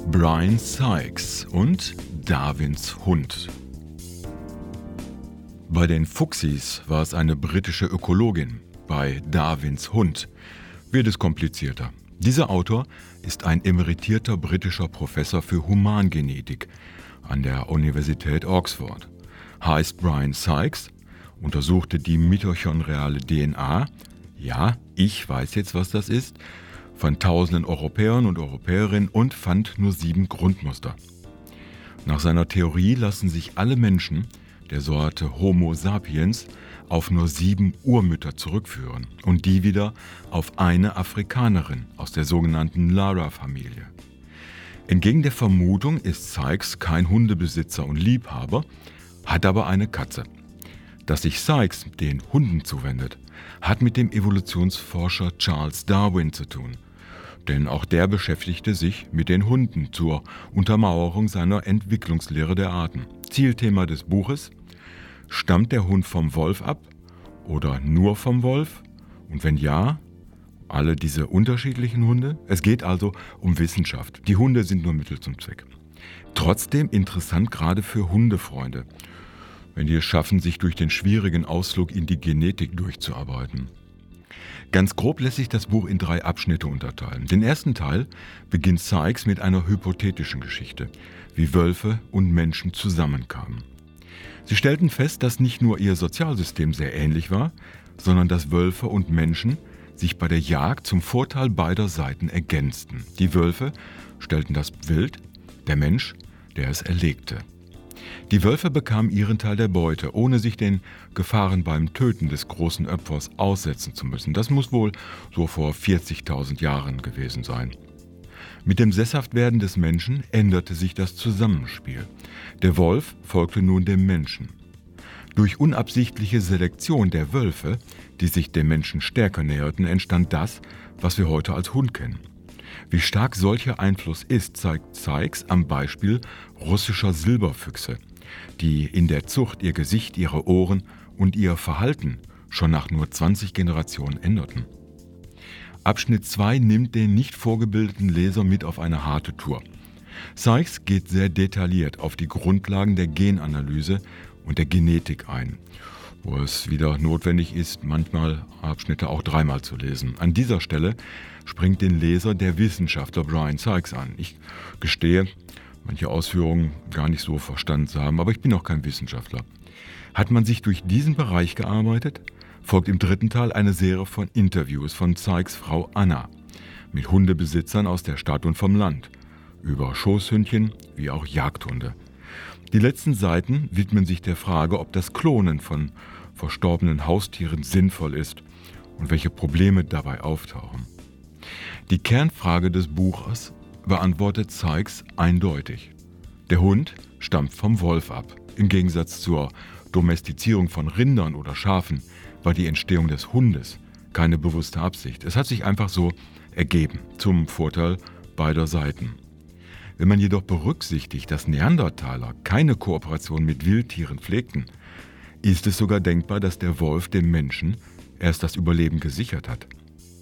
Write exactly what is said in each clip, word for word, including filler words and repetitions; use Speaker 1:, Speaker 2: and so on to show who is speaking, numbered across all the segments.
Speaker 1: Brian Sykes und Darwins Hund. Bei den Fuchsis war es eine britische Ökologin. Bei Darwins Hund wird es komplizierter. Dieser Autor ist ein emeritierter britischer Professor für Humangenetik an der Universität Oxford. Heißt Brian Sykes, untersuchte die mitochondriale D N A, ja, ich weiß jetzt, was das ist, von tausenden Europäern und Europäerinnen und fand nur sieben Grundmuster. Nach seiner Theorie lassen sich alle Menschen der Sorte Homo sapiens auf nur sieben Urmütter zurückführen und die wieder auf eine Afrikanerin aus der sogenannten Lara-Familie. Entgegen der Vermutung ist Sykes kein Hundebesitzer und Liebhaber, hat aber eine Katze. Dass sich Sykes den Hunden zuwendet, hat mit dem Evolutionsforscher Charles Darwin zu tun. Denn auch der beschäftigte sich mit den Hunden zur Untermauerung seiner Entwicklungslehre der Arten. Zielthema des Buches: Stammt der Hund vom Wolf ab oder nur vom Wolf? Und wenn ja, alle diese unterschiedlichen Hunde? Es geht also um Wissenschaft. Die Hunde sind nur Mittel zum Zweck. Trotzdem interessant gerade für Hundefreunde, wenn die es schaffen, sich durch den schwierigen Ausflug in die Genetik durchzuarbeiten. Ganz grob lässt sich das Buch in drei Abschnitte unterteilen. Den ersten Teil beginnt Sykes mit einer hypothetischen Geschichte, wie Wölfe und Menschen zusammenkamen. Sie stellten fest, dass nicht nur ihr Sozialsystem sehr ähnlich war, sondern dass Wölfe und Menschen sich bei der Jagd zum Vorteil beider Seiten ergänzten. Die Wölfe stellten das Wild, der Mensch, der es erlegte. Die Wölfe bekamen ihren Teil der Beute, ohne sich den Gefahren beim Töten des großen Opfers aussetzen zu müssen. Das muss wohl so vor vierzigtausend Jahren gewesen sein. Mit dem Sesshaftwerden des Menschen änderte sich das Zusammenspiel. Der Wolf folgte nun dem Menschen. Durch unabsichtliche Selektion der Wölfe, die sich dem Menschen stärker näherten, entstand das, was wir heute als Hund kennen. Wie stark solcher Einfluss ist, zeigt Sykes am Beispiel russischer Silberfüchse, die in der Zucht ihr Gesicht, ihre Ohren und ihr Verhalten schon nach nur zwanzig Generationen änderten. Abschnitt zwei nimmt den nicht vorgebildeten Leser mit auf eine harte Tour. Sykes geht sehr detailliert auf die Grundlagen der Genanalyse und der Genetik ein, wo es wieder notwendig ist, manchmal Abschnitte auch dreimal zu lesen. An dieser Stelle springt den Leser der Wissenschaftler Brian Sykes an. Ich gestehe, manche Ausführungen gar nicht so verstanden zu haben, aber ich bin auch kein Wissenschaftler. Hat man sich durch diesen Bereich gearbeitet, folgt im dritten Teil eine Serie von Interviews von Sykes Frau Anna mit Hundebesitzern aus der Stadt und vom Land, über Schoßhündchen wie auch Jagdhunde. Die letzten Seiten widmen sich der Frage, ob das Klonen von verstorbenen Haustieren sinnvoll ist und welche Probleme dabei auftauchen. Die Kernfrage des Buches beantwortet Sykes eindeutig. Der Hund stammt vom Wolf ab. Im Gegensatz zur Domestizierung von Rindern oder Schafen war die Entstehung des Hundes keine bewusste Absicht. Es hat sich einfach so ergeben, zum Vorteil beider Seiten. Wenn man jedoch berücksichtigt, dass Neandertaler keine Kooperation mit Wildtieren pflegten, ist es sogar denkbar, dass der Wolf dem Menschen erst das Überleben gesichert hat.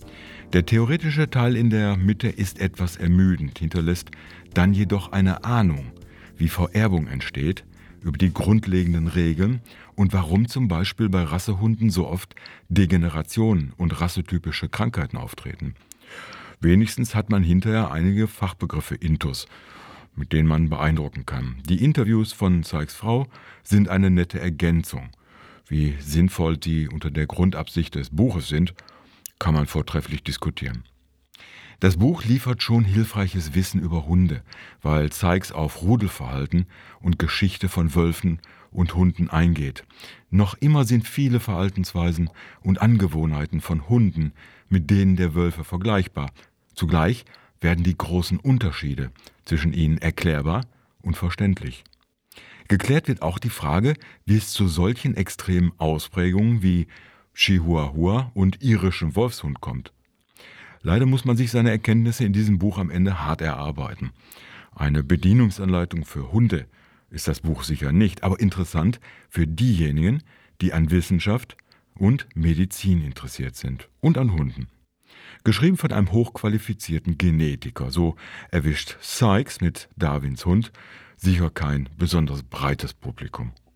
Speaker 1: Der theoretische Teil in der Mitte ist etwas ermüdend, hinterlässt dann jedoch eine Ahnung, wie Vererbung entsteht, über die grundlegenden Regeln und warum zum Beispiel bei Rassehunden so oft Degenerationen und rassetypische Krankheiten auftreten. Wenigstens hat man hinterher einige Fachbegriffe intus, mit denen man beeindrucken kann. Die Interviews von Sykes Frau sind eine nette Ergänzung. Wie sinnvoll die unter der Grundabsicht des Buches sind, kann man vortrefflich diskutieren. Das Buch liefert schon hilfreiches Wissen über Hunde, weil Sykes auf Rudelverhalten und Geschichte von Wölfen und Hunden eingeht. Noch immer sind viele Verhaltensweisen und Angewohnheiten von Hunden mit denen der Wölfe vergleichbar. Zugleich werden die großen Unterschiede zwischen ihnen erklärbar und verständlich. Geklärt wird auch die Frage, wie es zu solchen extremen Ausprägungen wie Chihuahua und irischem Wolfshund kommt. Leider muss man sich seine Erkenntnisse in diesem Buch am Ende hart erarbeiten. Eine Bedienungsanleitung für Hunde ist das Buch sicher nicht, aber interessant für diejenigen, die an Wissenschaft und Medizin interessiert sind und an Hunden. Geschrieben von einem hochqualifizierten Genetiker. So erwischt Sykes mit Darwins Hund sicher kein besonders breites Publikum.